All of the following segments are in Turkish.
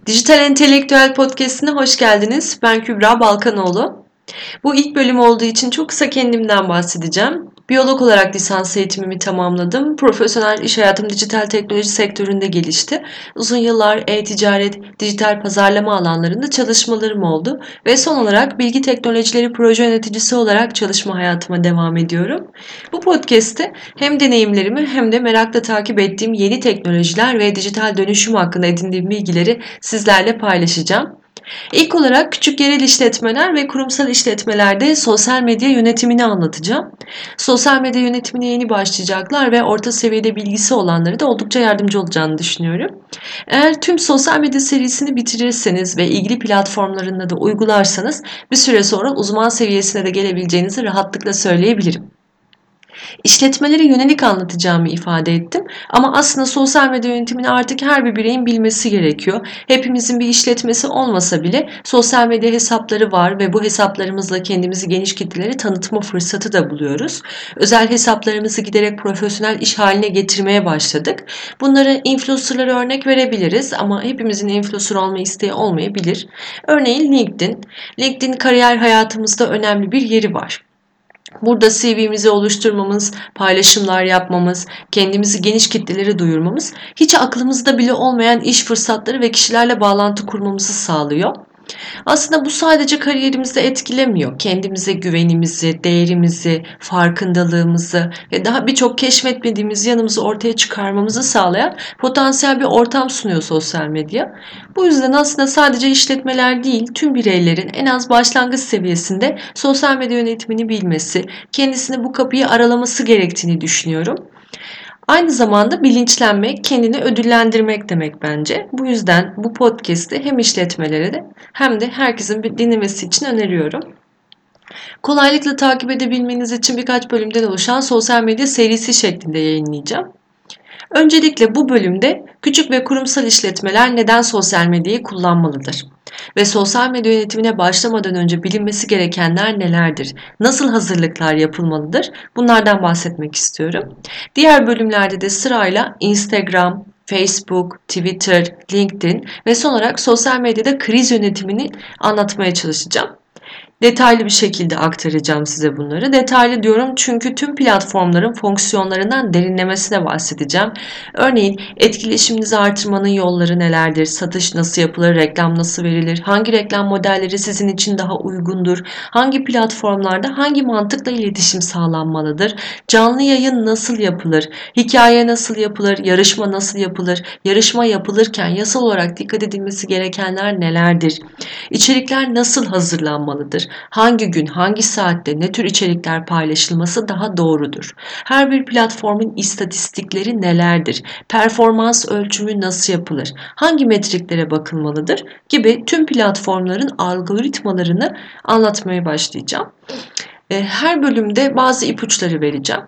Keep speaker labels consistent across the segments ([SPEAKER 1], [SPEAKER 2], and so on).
[SPEAKER 1] Dijital Entelektüel Podcast'ine hoş geldiniz. Ben Kübra Balkanoğlu. Bu ilk bölüm olduğu için çok kısa kendimden bahsedeceğim. Biyolog olarak lisans eğitimimi tamamladım. Profesyonel iş hayatım dijital teknoloji sektöründe gelişti. Uzun yıllar e-ticaret, dijital pazarlama alanlarında çalışmalarım oldu. Ve son olarak bilgi teknolojileri proje yöneticisi olarak çalışma hayatıma devam ediyorum. Bu podcast'te hem deneyimlerimi hem de merakla takip ettiğim yeni teknolojiler ve dijital dönüşüm hakkında edindiğim bilgileri sizlerle paylaşacağım. İlk olarak küçük yerel işletmeler ve kurumsal işletmelerde sosyal medya yönetimini anlatacağım. Sosyal medya yönetimine yeni başlayacaklar ve orta seviyede bilgisi olanlara da oldukça yardımcı olacağını düşünüyorum. Eğer tüm sosyal medya serisini bitirirseniz ve ilgili platformlarında da uygularsanız bir süre sonra uzman seviyesine de gelebileceğinizi rahatlıkla söyleyebilirim. İşletmelere yönelik anlatacağımı ifade ettim ama aslında sosyal medya yönetimini artık her bir bireyin bilmesi gerekiyor. Hepimizin bir işletmesi olmasa bile sosyal medya hesapları var ve bu hesaplarımızla kendimizi geniş kitlelere tanıtma fırsatı da buluyoruz. Özel hesaplarımızı giderek profesyonel iş haline getirmeye başladık. Bunlara influencer'lara örnek verebiliriz ama hepimizin influencer olma isteği olmayabilir. Örneğin LinkedIn. LinkedIn kariyer hayatımızda önemli bir yeri var. Burada CV'mizi oluşturmamız, paylaşımlar yapmamız, kendimizi geniş kitlelere duyurmamız, hiç aklımızda bile olmayan iş fırsatları ve kişilerle bağlantı kurmamızı sağlıyor. Aslında bu sadece kariyerimizi etkilemiyor. Kendimize güvenimizi, değerimizi, farkındalığımızı ve daha birçok keşfetmediğimiz yanımızı ortaya çıkarmamızı sağlayan potansiyel bir ortam sunuyor sosyal medya. Bu yüzden aslında sadece işletmeler değil, tüm bireylerin en az başlangıç seviyesinde sosyal medya yönetimini bilmesi, kendisine bu kapıyı aralaması gerektiğini düşünüyorum. Aynı zamanda bilinçlenmek, kendini ödüllendirmek demek bence. Bu yüzden bu podcast'i hem işletmelere de hem de herkesin dinlemesi için öneriyorum. Kolaylıkla takip edebilmeniz için birkaç bölümden oluşan sosyal medya serisi şeklinde yayınlayacağım. Öncelikle bu bölümde küçük ve kurumsal işletmeler neden sosyal medyayı kullanmalıdır? Ve sosyal medya yönetimine başlamadan önce bilinmesi gerekenler nelerdir? Nasıl hazırlıklar yapılmalıdır? Bunlardan bahsetmek istiyorum. Diğer bölümlerde de sırayla Instagram, Facebook, Twitter, LinkedIn ve son olarak sosyal medyada kriz yönetimini anlatmaya çalışacağım. Detaylı bir şekilde aktaracağım size bunları. Detaylı diyorum çünkü tüm platformların fonksiyonlarından derinlemesine bahsedeceğim. Örneğin etkileşiminizi artırmanın yolları nelerdir? Satış nasıl yapılır? Reklam nasıl verilir? Hangi reklam modelleri sizin için daha uygundur? Hangi platformlarda hangi mantıkla iletişim sağlanmalıdır? Canlı yayın nasıl yapılır? Hikaye nasıl yapılır? Yarışma nasıl yapılır? Yarışma yapılırken yasal olarak dikkat edilmesi gerekenler nelerdir? İçerikler nasıl hazırlanmalıdır? Hangi gün, hangi saatte ne tür içerikler paylaşılması daha doğrudur? Her bir platformun istatistikleri nelerdir? Performans ölçümü nasıl yapılır? Hangi metriklere bakılmalıdır? Gibi tüm platformların algoritmalarını anlatmaya başlayacağım. Her bölümde bazı ipuçları vereceğim.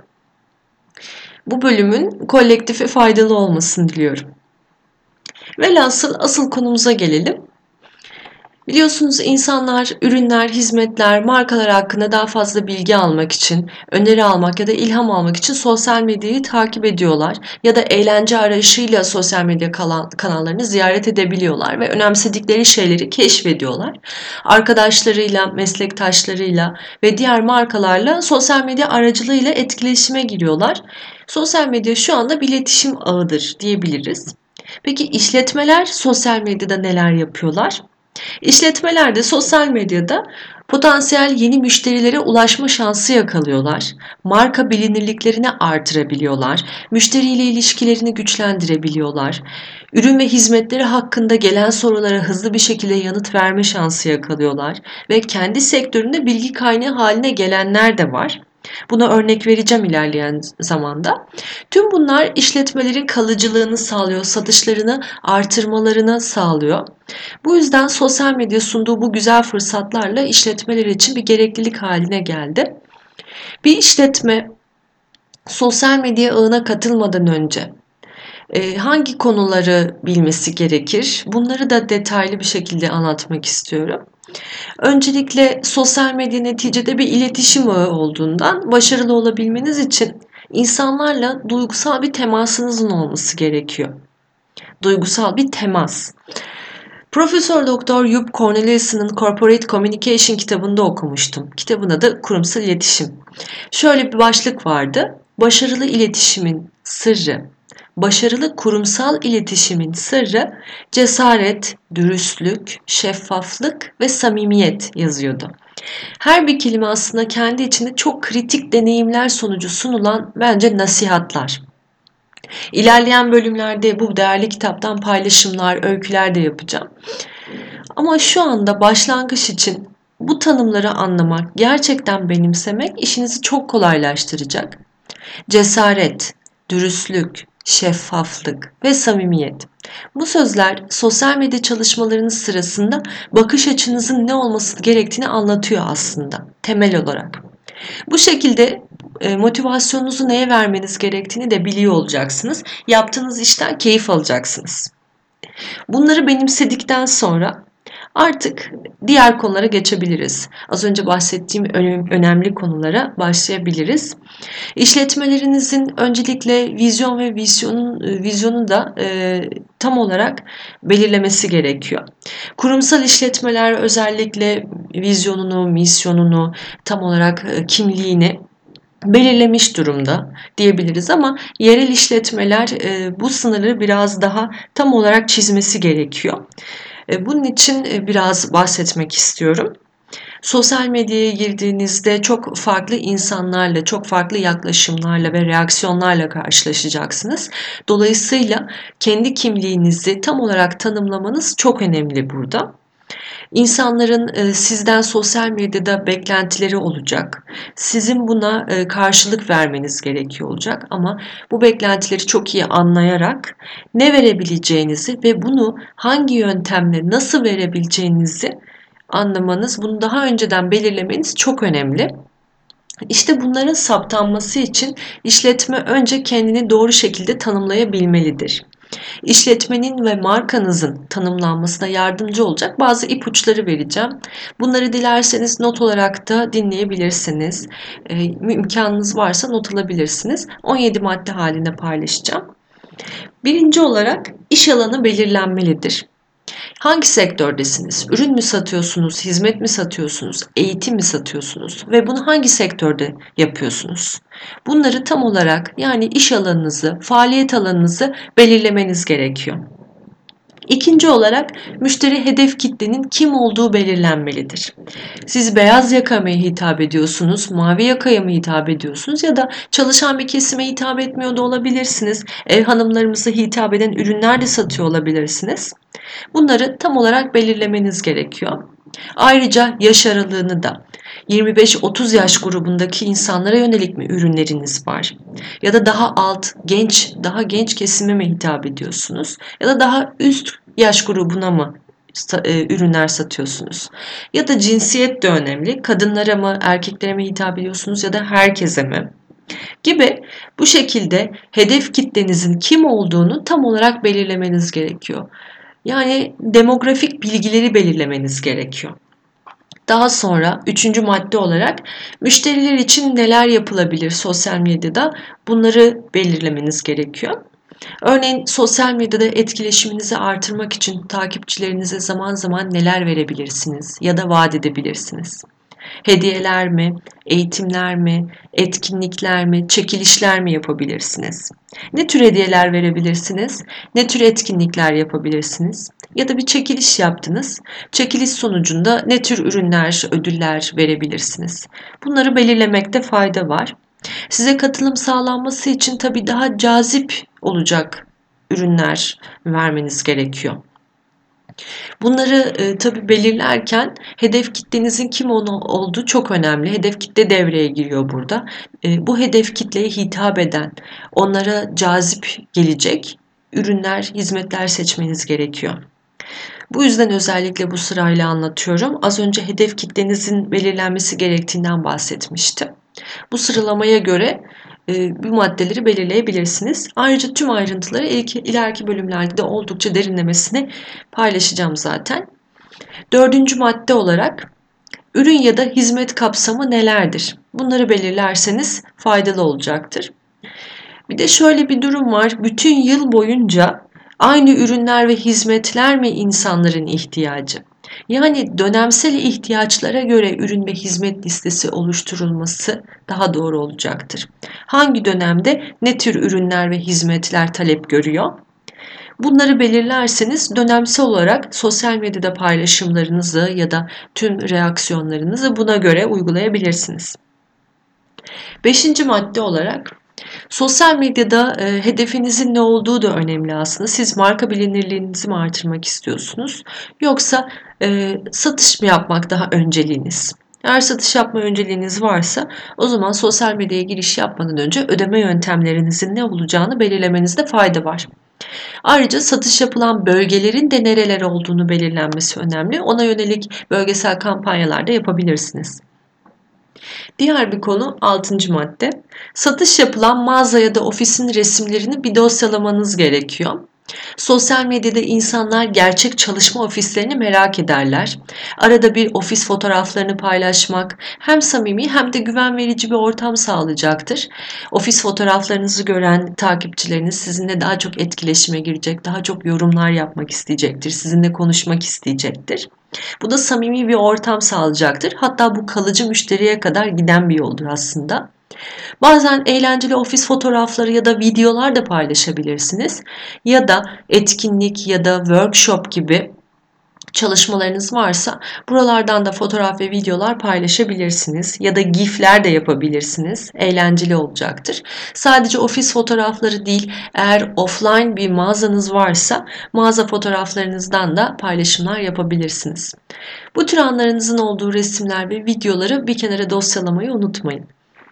[SPEAKER 1] Bu bölümün kolektife faydalı olmasını diliyorum. Velhasıl asıl konumuza gelelim. Biliyorsunuz insanlar, ürünler, hizmetler, markalar hakkında daha fazla bilgi almak için, öneri almak ya da ilham almak için sosyal medyayı takip ediyorlar ya da eğlence arayışıyla sosyal medya kanallarını ziyaret edebiliyorlar ve önemsedikleri şeyleri keşfediyorlar. Arkadaşlarıyla, meslektaşlarıyla ve diğer markalarla sosyal medya aracılığıyla etkileşime giriyorlar. Sosyal medya şu anda bir iletişim ağıdır diyebiliriz. Peki işletmeler sosyal medyada neler yapıyorlar? İşletmeler de sosyal medyada potansiyel yeni müşterilere ulaşma şansı yakalıyorlar. Marka bilinirliklerini artırabiliyorlar. Müşteriyle ilişkilerini güçlendirebiliyorlar. Ürün ve hizmetleri hakkında gelen sorulara hızlı bir şekilde yanıt verme şansı yakalıyorlar. Ve kendi sektöründe bilgi kaynağı haline gelenler de var. Buna örnek vereceğim ilerleyen zamanda. Tüm bunlar işletmelerin kalıcılığını sağlıyor, satışlarını artırmalarını sağlıyor. Bu yüzden sosyal medya sunduğu bu güzel fırsatlarla işletmeler için bir gereklilik haline geldi. Bir işletme sosyal medya ağına katılmadan önce hangi konuları bilmesi gerekir? Bunları da detaylı bir şekilde anlatmak istiyorum. Öncelikle sosyal medya neticede bir iletişim ağı olduğundan başarılı olabilmeniz için insanlarla duygusal bir temasınızın olması gerekiyor. Duygusal bir temas. Profesör Doktor Yup Cornelius'ın Corporate Communication kitabında okumuştum. Kitabın adı Kurumsal İletişim. Şöyle bir başlık vardı. Başarılı iletişimin sırrı. Başarılı kurumsal iletişimin sırrı cesaret, dürüstlük, şeffaflık ve samimiyet yazıyordu. Her bir kelime aslında kendi içinde çok kritik deneyimler sonucu sunulan bence nasihatler. İlerleyen bölümlerde bu değerli kitaptan paylaşımlar, öyküler de yapacağım. Ama şu anda başlangıç için bu tanımları anlamak, gerçekten benimsemek işinizi çok kolaylaştıracak. Cesaret, dürüstlük, şeffaflık ve samimiyet. Bu sözler sosyal medya çalışmalarınız sırasında bakış açınızın ne olması gerektiğini anlatıyor aslında temel olarak. Bu şekilde motivasyonunuzu neye vermeniz gerektiğini de biliyor olacaksınız. Yaptığınız işten keyif alacaksınız. Bunları benimsedikten sonra artık diğer konulara geçebiliriz. Az önce bahsettiğim önemli konulara başlayabiliriz. İşletmelerinizin öncelikle vizyon ve vizyonu da tam olarak belirlemesi gerekiyor. Kurumsal işletmeler özellikle vizyonunu, misyonunu, tam olarak kimliğini belirlemiş durumda diyebiliriz ama yerel işletmeler bu sınırı biraz daha tam olarak çizmesi gerekiyor. Bunun için biraz bahsetmek istiyorum. Sosyal medyaya girdiğinizde çok farklı insanlarla, çok farklı yaklaşımlarla ve reaksiyonlarla karşılaşacaksınız. Dolayısıyla kendi kimliğinizi tam olarak tanımlamanız çok önemli burada. İnsanların sizden sosyal medyada beklentileri olacak. Sizin buna karşılık vermeniz gerekiyor olacak ama bu beklentileri çok iyi anlayarak ne verebileceğinizi ve bunu hangi yöntemle nasıl verebileceğinizi anlamanız, bunu daha önceden belirlemeniz çok önemli. İşte bunların saptanması için işletme önce kendini doğru şekilde tanımlayabilmelidir. İşletmenin ve markanızın tanımlanmasına yardımcı olacak bazı ipuçları vereceğim. Bunları dilerseniz not olarak da dinleyebilirsiniz. İmkanınız varsa not alabilirsiniz. 17 madde halinde paylaşacağım. Birinci olarak iş alanı belirlenmelidir. Hangi sektördesiniz? Ürün mü satıyorsunuz, hizmet mi satıyorsunuz, eğitim mi satıyorsunuz ve bunu hangi sektörde yapıyorsunuz? Bunları tam olarak, yani iş alanınızı, faaliyet alanınızı belirlemeniz gerekiyor. İkinci olarak müşteri hedef kitlenin kim olduğu belirlenmelidir. Siz beyaz yakaya mı hitap ediyorsunuz, mavi yakaya mı hitap ediyorsunuz ya da çalışan bir kesime hitap etmiyor da olabilirsiniz. Ev hanımlarımıza hitap eden ürünler de satıyor olabilirsiniz. Bunları tam olarak belirlemeniz gerekiyor. Ayrıca yaş aralığını da 25-30 yaş grubundaki insanlara yönelik mi ürünleriniz var? Ya da daha daha genç kesime mi hitap ediyorsunuz? Ya da daha üst yaş grubuna mı ürünler satıyorsunuz? Ya da cinsiyet de önemli. Kadınlara mı, erkeklere mi hitap ediyorsunuz ya da herkese mi? Gibi bu şekilde hedef kitlenizin kim olduğunu tam olarak belirlemeniz gerekiyor. Yani demografik bilgileri belirlemeniz gerekiyor. Daha sonra üçüncü madde olarak müşteriler için neler yapılabilir sosyal medyada, bunları belirlemeniz gerekiyor. Örneğin sosyal medyada etkileşiminizi artırmak için takipçilerinize zaman zaman neler verebilirsiniz ya da vaat edebilirsiniz? Hediyeler mi, eğitimler mi, etkinlikler mi, çekilişler mi yapabilirsiniz? Ne tür hediyeler verebilirsiniz? Ne tür etkinlikler yapabilirsiniz? Ya da bir çekiliş yaptınız. Çekiliş sonucunda ne tür ürünler, ödüller verebilirsiniz? Bunları belirlemekte fayda var. Size katılım sağlanması için tabii daha cazip olacak ürünler vermeniz gerekiyor. Bunları tabii belirlerken hedef kitlenizin kim olduğu çok önemli. Hedef kitle devreye giriyor burada. Bu hedef kitleye hitap eden, onlara cazip gelecek ürünler, hizmetler seçmeniz gerekiyor. Bu yüzden özellikle bu sırayla anlatıyorum. Az önce hedef kitlenizin belirlenmesi gerektiğinden bahsetmiştim. Bu sıralamaya göre bu maddeleri belirleyebilirsiniz. Ayrıca tüm ayrıntıları ileriki bölümlerde de oldukça derinlemesine paylaşacağım zaten. Dördüncü madde olarak ürün ya da hizmet kapsamı nelerdir? Bunları belirlerseniz faydalı olacaktır. Bir de şöyle bir durum var. Bütün yıl boyunca Aynı ürünler ve hizmetler mi insanların ihtiyacı? Yani dönemsel ihtiyaçlara göre ürün ve hizmet listesi oluşturulması daha doğru olacaktır. Hangi dönemde ne tür ürünler ve hizmetler talep görüyor? Bunları belirlerseniz dönemsel olarak sosyal medyada paylaşımlarınızı ya da tüm reaksiyonlarınızı buna göre uygulayabilirsiniz. Beşinci madde olarak sosyal medyada hedefinizin ne olduğu da önemli aslında. Siz marka bilinirliğinizi mi artırmak istiyorsunuz? Yoksa satış mı yapmak daha önceliğiniz? Eğer satış yapma önceliğiniz varsa o zaman sosyal medyaya giriş yapmadan önce ödeme yöntemlerinizin ne olacağını belirlemenizde fayda var. Ayrıca satış yapılan bölgelerin de nereler olduğunu belirlenmesi önemli. Ona yönelik bölgesel kampanyalar da yapabilirsiniz. Diğer bir konu 6. madde. Satış yapılan mağaza ya da ofisin resimlerini bir dosyalamanız gerekiyor. Sosyal medyada insanlar gerçek çalışma ofislerini merak ederler. Arada bir ofis fotoğraflarını paylaşmak hem samimi hem de güven verici bir ortam sağlayacaktır. Ofis fotoğraflarınızı gören takipçileriniz sizinle daha çok etkileşime girecek, daha çok yorumlar yapmak isteyecektir, sizinle konuşmak isteyecektir. Bu da samimi bir ortam sağlayacaktır. Hatta bu kalıcı müşteriye kadar giden bir yoldur aslında. Bazen eğlenceli ofis fotoğrafları ya da videolar da paylaşabilirsiniz. Ya da etkinlik ya da workshop gibi çalışmalarınız varsa buralardan da fotoğraf ve videolar paylaşabilirsiniz. Ya da gifler de yapabilirsiniz. Eğlenceli olacaktır. Sadece ofis fotoğrafları değil, eğer offline bir mağazanız varsa mağaza fotoğraflarınızdan da paylaşımlar yapabilirsiniz. Bu tür anlarınızın olduğu resimler ve videoları bir kenara dosyalamayı unutmayın.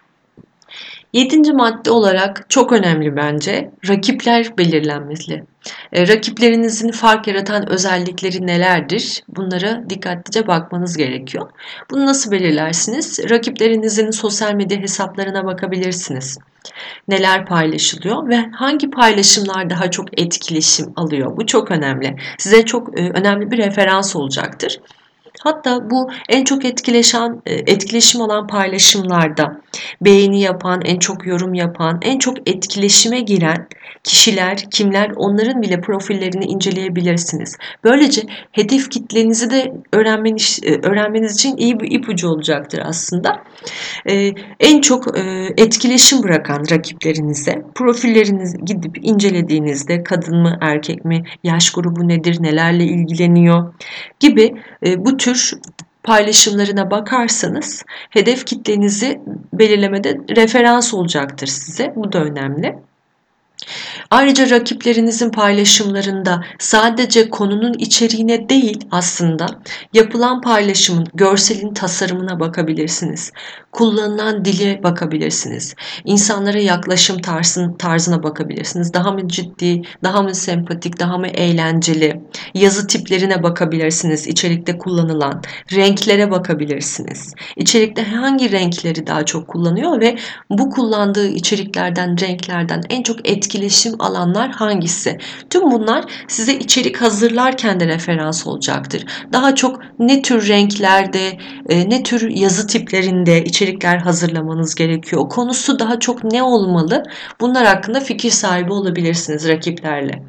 [SPEAKER 1] 7. madde olarak çok önemli bence rakipler belirlenmeli. Rakiplerinizin fark yaratan özellikleri nelerdir? Bunlara dikkatlice bakmanız gerekiyor. Bunu nasıl belirlersiniz? Rakiplerinizin sosyal medya hesaplarına bakabilirsiniz. Neler paylaşılıyor ve hangi paylaşımlar daha çok etkileşim alıyor? Bu çok önemli. Size çok önemli bir referans olacaktır. Hatta bu en çok etkileşim alan paylaşımlarda beğeni yapan, en çok yorum yapan, en çok etkileşime giren kişiler, kimler onların bile profillerini inceleyebilirsiniz. Böylece hedef kitlenizi de öğrenmeniz için iyi bir ipucu olacaktır aslında. En çok etkileşim bırakan rakiplerinize profillerinizi gidip incelediğinizde kadın mı erkek mi, yaş grubu nedir, nelerle ilgileniyor gibi bu tür paylaşımlarına bakarsanız hedef kitlenizi belirlemede referans olacaktır size. Bu da önemli. Ayrıca rakiplerinizin paylaşımlarında sadece konunun içeriğine değil aslında yapılan paylaşımın görselin tasarımına bakabilirsiniz. Kullanılan dile bakabilirsiniz. İnsanlara yaklaşım tarzına bakabilirsiniz. Daha mı ciddi, daha mı sempatik, daha mı eğlenceli? Yazı tiplerine bakabilirsiniz. İçerikte kullanılan renklere bakabilirsiniz. İçerikte hangi renkleri daha çok kullanıyor ve bu kullandığı içeriklerden, renklerden en çok etkileşim alanlar hangisi? Tüm bunlar size içerik hazırlarken de referans olacaktır. Daha çok ne tür renklerde, ne tür yazı tiplerinde içerikler hazırlamanız gerekiyor? Konusu daha çok ne olmalı? Bunlar hakkında fikir sahibi olabilirsiniz rakiplerle.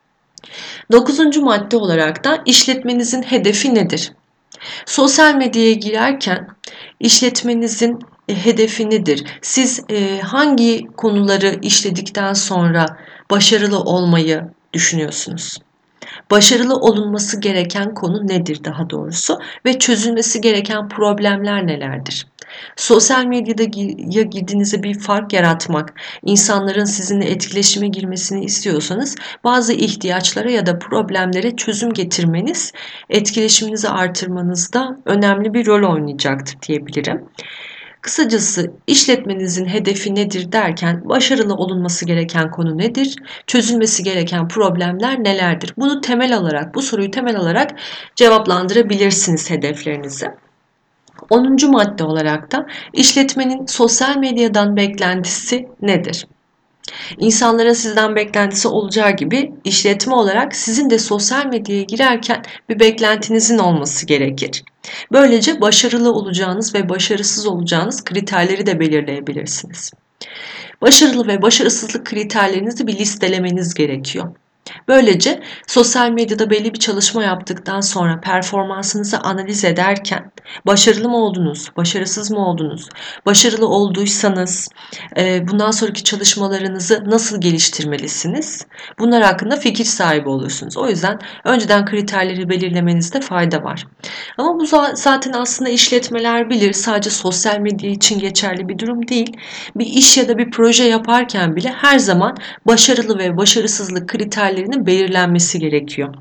[SPEAKER 1] 9. madde olarak da işletmenizin hedefi nedir? Sosyal medyaya girerken işletmenizin hedefi nedir? Siz hangi konuları işledikten sonra başarılı olmayı düşünüyorsunuz? Başarılı olunması gereken konu nedir daha doğrusu ve çözülmesi gereken problemler nelerdir? Sosyal medyada girdiğinizde bir fark yaratmak, insanların sizinle etkileşime girmesini istiyorsanız bazı ihtiyaçlara ya da problemlere çözüm getirmeniz etkileşiminizi artırmanızda önemli bir rol oynayacaktır diyebilirim. Kısacası işletmenizin hedefi nedir derken başarılı olunması gereken konu nedir? Çözülmesi gereken problemler nelerdir? Bu soruyu temel alarak cevaplandırabilirsiniz hedeflerinizi. 10. madde olarak da işletmenin sosyal medyadan beklentisi nedir? İnsanların sizden beklentisi olacağı gibi işletme olarak sizin de sosyal medyaya girerken bir beklentinizin olması gerekir. Böylece başarılı olacağınız ve başarısız olacağınız kriterleri de belirleyebilirsiniz. Başarılı ve başarısızlık kriterlerinizi bir listelemeniz gerekiyor. Böylece sosyal medyada belli bir çalışma yaptıktan sonra performansınızı analiz ederken başarılı mı oldunuz, başarısız mı oldunuz, başarılı olduysanız bundan sonraki çalışmalarınızı nasıl geliştirmelisiniz? Bunlar hakkında fikir sahibi olursunuz. O yüzden önceden kriterleri belirlemenizde fayda var. Ama bu zaten aslında işletmeler bilir, sadece sosyal medya için geçerli bir durum değil. Bir iş ya da bir proje yaparken bile her zaman başarılı ve başarısızlık kriterlerinin belirlenmesi gerekiyor.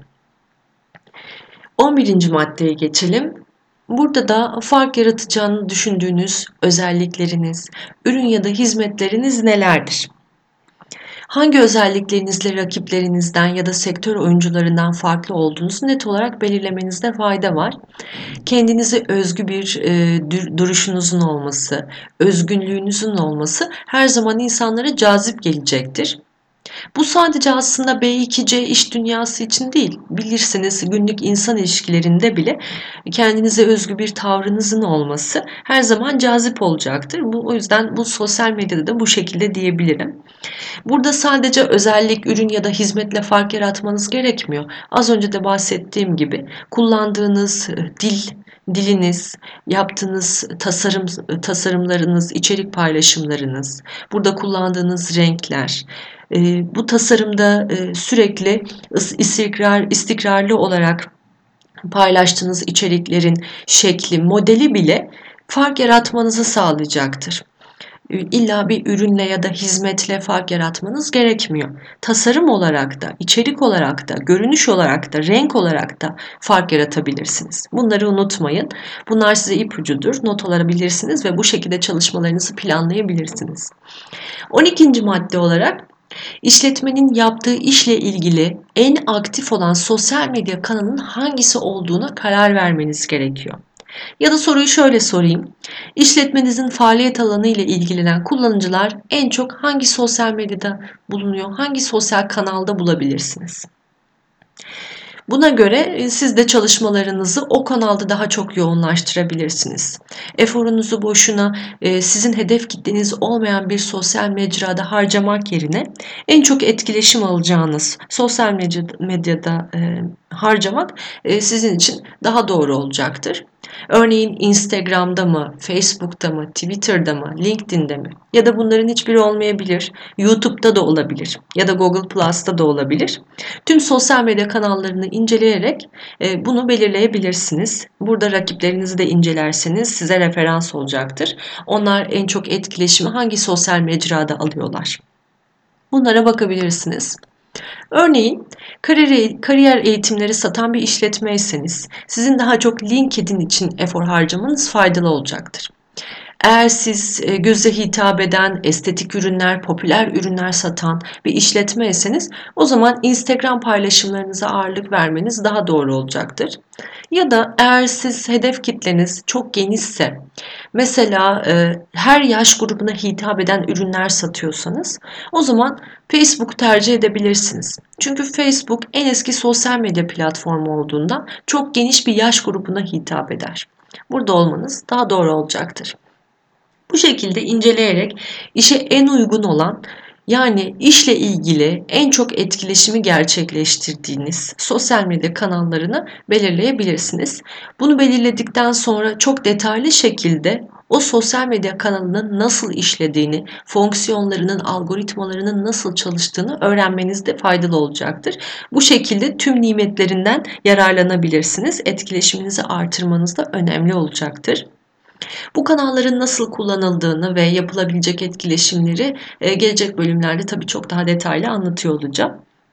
[SPEAKER 1] 11. maddeye geçelim. Burada da fark yaratacağını düşündüğünüz özellikleriniz, ürün ya da hizmetleriniz nelerdir? Hangi özelliklerinizle rakiplerinizden ya da sektör oyuncularından farklı olduğunuzu net olarak belirlemenizde fayda var. Kendinize özgü bir duruşunuzun olması, özgünlüğünüzün olması her zaman insanlara cazip gelecektir. Bu sadece aslında B2C iş dünyası için değil, bilirsiniz günlük insan ilişkilerinde bile kendinize özgü bir tavrınızın olması her zaman cazip olacaktır. O yüzden bu sosyal medyada da bu şekilde diyebilirim. Burada sadece özellik, ürün ya da hizmetle fark yaratmanız gerekmiyor. Az önce de bahsettiğim gibi kullandığınız diliniz, yaptığınız tasarımlarınız, içerik paylaşımlarınız, burada kullandığınız renkler, bu tasarımda sürekli istikrarlı olarak paylaştığınız içeriklerin şekli, modeli bile fark yaratmanızı sağlayacaktır. İlla bir ürünle ya da hizmetle fark yaratmanız gerekmiyor. Tasarım olarak da, içerik olarak da, görünüş olarak da, renk olarak da fark yaratabilirsiniz. Bunları unutmayın. Bunlar size ipucudur. Not alabilirsiniz ve bu şekilde çalışmalarınızı planlayabilirsiniz. 12. madde olarak işletmenin yaptığı işle ilgili en aktif olan sosyal medya kanalının hangisi olduğuna karar vermeniz gerekiyor. Ya da soruyu şöyle sorayım. İşletmenizin faaliyet alanı ile ilgilenen kullanıcılar en çok hangi sosyal medyada bulunuyor? Hangi sosyal kanalda bulabilirsiniz? Buna göre siz de çalışmalarınızı o kanalda daha çok yoğunlaştırabilirsiniz. Eforunuzu boşuna sizin hedef kitleniz olmayan bir sosyal mecrada harcamak yerine en çok etkileşim alacağınız sosyal medyada harcamak sizin için daha doğru olacaktır. Örneğin Instagram'da mı, Facebook'ta mı, Twitter'da mı, LinkedIn'de mi? Ya da bunların hiçbiri olmayabilir. YouTube'da da olabilir ya da Google Plus'ta da olabilir. Tüm sosyal medya kanallarını inceleyerek bunu belirleyebilirsiniz. Burada rakiplerinizi de incelerseniz size referans olacaktır. Onlar en çok etkileşimi hangi sosyal mecrada alıyorlar? Bunlara bakabilirsiniz. Örneğin kariyer eğitimleri satan bir işletmeyseniz sizin daha çok LinkedIn için efor harcamanız faydalı olacaktır. Eğer siz göze hitap eden estetik ürünler, popüler ürünler satan bir işletmeyseniz o zaman Instagram paylaşımlarınıza ağırlık vermeniz daha doğru olacaktır. Ya da eğer siz hedef kitleniz çok genişse, mesela her yaş grubuna hitap eden ürünler satıyorsanız o zaman Facebook tercih edebilirsiniz. Çünkü Facebook en eski sosyal medya platformu olduğundan çok geniş bir yaş grubuna hitap eder. Burada olmanız daha doğru olacaktır. Bu şekilde inceleyerek işe en uygun olan, yani işle ilgili en çok etkileşimi gerçekleştirdiğiniz sosyal medya kanallarını belirleyebilirsiniz. Bunu belirledikten sonra çok detaylı şekilde o sosyal medya kanalının nasıl işlediğini, fonksiyonlarının, algoritmalarının nasıl çalıştığını öğrenmenizde faydalı olacaktır. Bu şekilde tüm nimetlerinden yararlanabilirsiniz. Etkileşiminizi artırmanız da önemli olacaktır. Bu kanalların nasıl kullanıldığını ve yapılabilecek etkileşimleri gelecek bölümlerde tabii çok daha detaylı anlatıyor olacağım.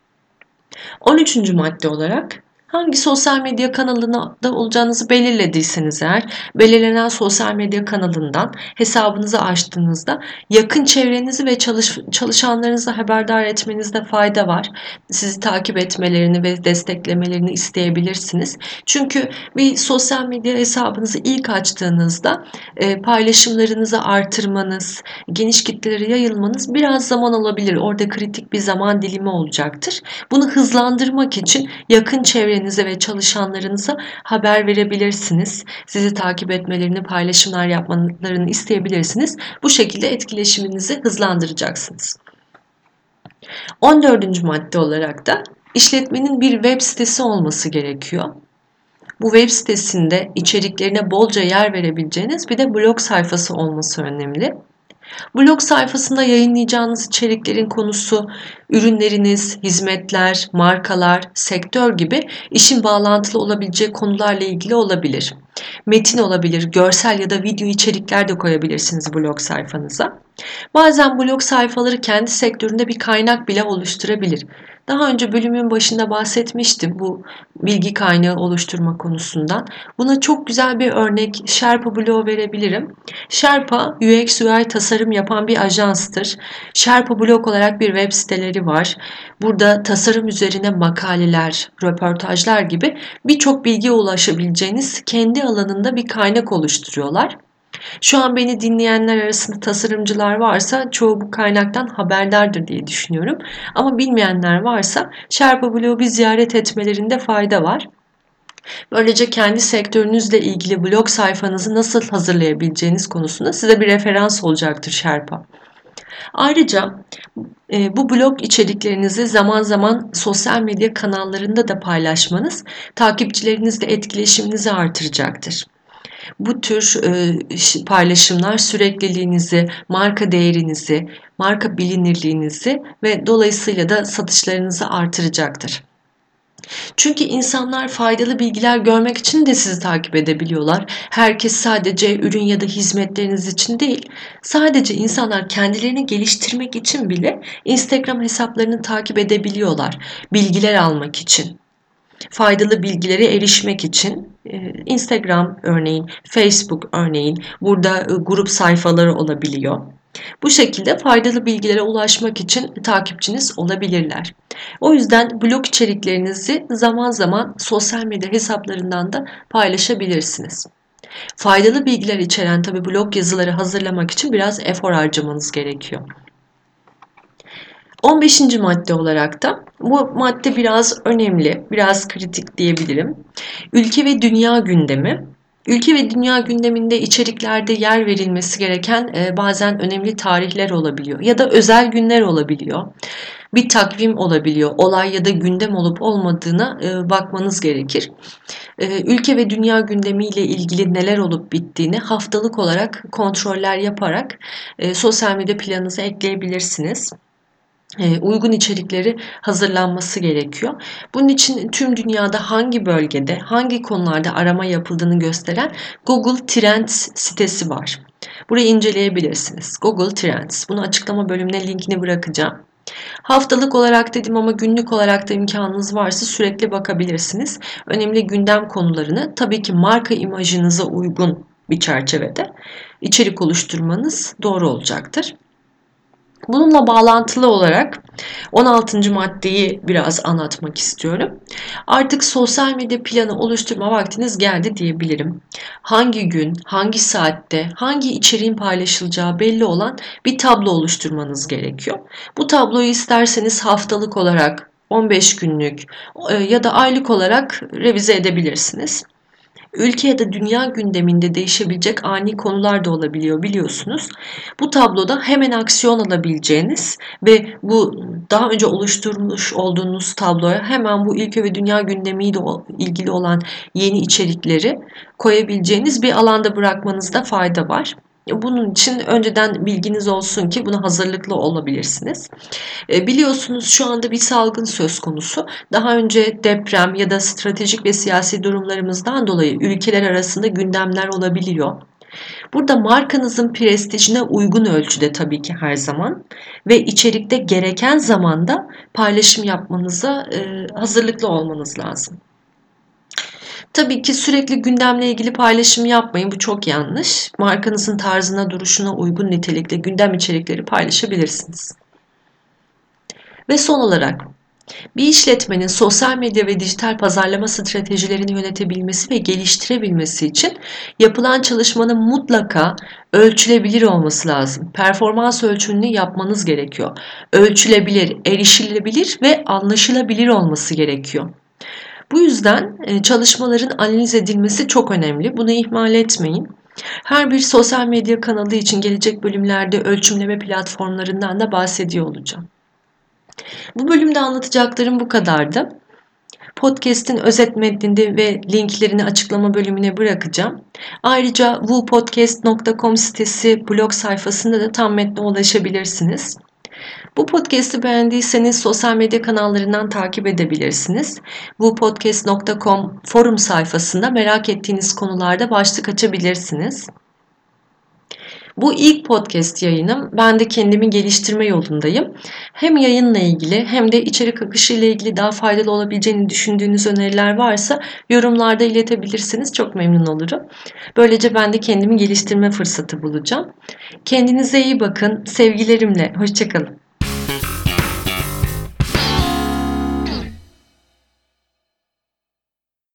[SPEAKER 1] 13. madde olarak hangi sosyal medya kanalında olacağınızı belirlediyseniz eğer, belirlenen sosyal medya kanalından hesabınızı açtığınızda yakın çevrenizi ve çalışanlarınızı haberdar etmenizde fayda var. Sizi takip etmelerini ve desteklemelerini isteyebilirsiniz. Çünkü bir sosyal medya hesabınızı ilk açtığınızda paylaşımlarınızı artırmanız, geniş kitlelere yayılmanız biraz zaman alabilir. Orada kritik bir zaman dilimi olacaktır. Bunu hızlandırmak için yakın çevrenize ve çalışanlarınıza haber verebilirsiniz. Sizi takip etmelerini, paylaşımlar yapmalarını isteyebilirsiniz. Bu şekilde etkileşiminizi hızlandıracaksınız. 14. madde olarak da İşletmenin bir web sitesi olması gerekiyor. Bu web sitesinde içeriklerine bolca yer verebileceğiniz bir de blog sayfası olması önemli. Blog sayfasında yayınlayacağınız içeriklerin konusu ürünleriniz, hizmetler, markalar, sektör gibi işin bağlantılı olabileceği konularla ilgili olabilir. Metin olabilir, görsel ya da video içerikler de koyabilirsiniz blog sayfanıza. Bazen blog sayfaları kendi sektöründe bir kaynak bile oluşturabilir. Daha önce bölümün başında bahsetmiştim bu bilgi kaynağı oluşturma konusundan. Buna çok güzel bir örnek Sherpa Blog verebilirim. Sherpa UX UI tasarım yapan bir ajanstır. Sherpa Blog olarak bir web siteleri var. Burada tasarım üzerine makaleler, röportajlar gibi birçok bilgiye ulaşabileceğiniz kendi alanında bir kaynak oluşturuyorlar. Şu an beni dinleyenler arasında tasarımcılar varsa çoğu bu kaynaktan haberdardır diye düşünüyorum. Ama bilmeyenler varsa Sherpa Blog'u bir ziyaret etmelerinde fayda var. Böylece kendi sektörünüzle ilgili blog sayfanızı nasıl hazırlayabileceğiniz konusunda size bir referans olacaktır Sherpa. Ayrıca bu blog içeriklerinizi zaman zaman sosyal medya kanallarında da paylaşmanız takipçilerinizle etkileşiminizi artıracaktır. Bu tür paylaşımlar sürekliliğinizi, marka değerinizi, marka bilinirliğinizi ve dolayısıyla da satışlarınızı artıracaktır. Çünkü insanlar faydalı bilgiler görmek için de sizi takip edebiliyorlar. Herkes sadece ürün ya da hizmetleriniz için değil, sadece insanlar kendilerini geliştirmek için bile Instagram hesaplarını takip edebiliyorlar, bilgiler almak için. Faydalı bilgilere erişmek için Instagram örneğin, Facebook örneğin burada grup sayfaları olabiliyor. Bu şekilde faydalı bilgilere ulaşmak için takipçiniz olabilirler. O yüzden blog içeriklerinizi zaman zaman sosyal medya hesaplarından da paylaşabilirsiniz. Faydalı bilgiler içeren tabi blog yazıları hazırlamak için biraz efor harcamanız gerekiyor. 15. madde olarak da bu madde biraz önemli, biraz kritik diyebilirim. Ülke ve dünya gündemi. Ülke ve dünya gündeminde içeriklerde yer verilmesi gereken bazen önemli tarihler olabiliyor ya da özel günler olabiliyor. Bir takvim olabiliyor, olay ya da gündem olup olmadığına bakmanız gerekir. Ülke ve dünya gündemiyle ilgili neler olup bittiğini haftalık olarak kontroller yaparak sosyal medya planınıza ekleyebilirsiniz. Uygun içerikleri hazırlanması gerekiyor. Bunun için tüm dünyada hangi bölgede, hangi konularda arama yapıldığını gösteren Google Trends sitesi var. Burayı inceleyebilirsiniz. Google Trends. Bunu açıklama bölümüne linkini bırakacağım. Haftalık olarak dedim ama günlük olarak da imkanınız varsa sürekli bakabilirsiniz. Önemli gündem konularını tabii ki marka imajınıza uygun bir çerçevede içerik oluşturmanız doğru olacaktır. Bununla bağlantılı olarak 16. maddeyi biraz anlatmak istiyorum. Artık sosyal medya planı oluşturma vaktiniz geldi diyebilirim. Hangi gün, hangi saatte, hangi içeriğin paylaşılacağı belli olan bir tablo oluşturmanız gerekiyor. Bu tabloyu isterseniz haftalık olarak, 15 günlük ya da aylık olarak revize edebilirsiniz. Ülke ya da dünya gündeminde değişebilecek ani konular da olabiliyor biliyorsunuz. Bu tabloda hemen aksiyon alabileceğiniz ve bu daha önce oluşturmuş olduğunuz tabloya hemen bu ülke ve dünya gündemiyle ilgili olan yeni içerikleri koyabileceğiniz bir alanda bırakmanızda fayda var. Bunun için önceden bilginiz olsun ki buna hazırlıklı olabilirsiniz. Biliyorsunuz şu anda bir salgın söz konusu. Daha önce deprem ya da stratejik ve siyasi durumlarımızdan dolayı ülkeler arasında gündemler olabiliyor. Burada markanızın prestijine uygun ölçüde tabii ki her zaman ve içerikte gereken zamanda paylaşım yapmanıza hazırlıklı olmanız lazım. Tabii ki sürekli gündemle ilgili paylaşım yapmayın. Bu çok yanlış. Markanızın tarzına, duruşuna uygun nitelikte gündem içerikleri paylaşabilirsiniz. Ve son olarak bir işletmenin sosyal medya ve dijital pazarlama stratejilerini yönetebilmesi ve geliştirebilmesi için yapılan çalışmanın mutlaka ölçülebilir olması lazım. Performans ölçümünü yapmanız gerekiyor. Ölçülebilir, erişilebilir ve anlaşılabilir olması gerekiyor. Bu yüzden çalışmaların analiz edilmesi çok önemli. Bunu ihmal etmeyin. Her bir sosyal medya kanalı için gelecek bölümlerde ölçümleme platformlarından da bahsediyor olacağım. Bu bölümde anlatacaklarım bu kadardı. Podcast'in özet metnini ve linklerini açıklama bölümüne bırakacağım. Ayrıca wupodcast.com sitesi blog sayfasında da tam metne ulaşabilirsiniz. Bu podcast'i beğendiyseniz sosyal medya kanallarından takip edebilirsiniz. wupodcast.com forum sayfasında merak ettiğiniz konularda başlık açabilirsiniz. Bu ilk podcast yayınım. Ben de kendimi geliştirme yolundayım. Hem yayınla ilgili hem de içerik akışı ile ilgili daha faydalı olabileceğini düşündüğünüz öneriler varsa yorumlarda iletebilirsiniz. Çok memnun olurum. Böylece ben de kendimi geliştirme fırsatı bulacağım. Kendinize iyi bakın. Sevgilerimle. Hoşça kalın.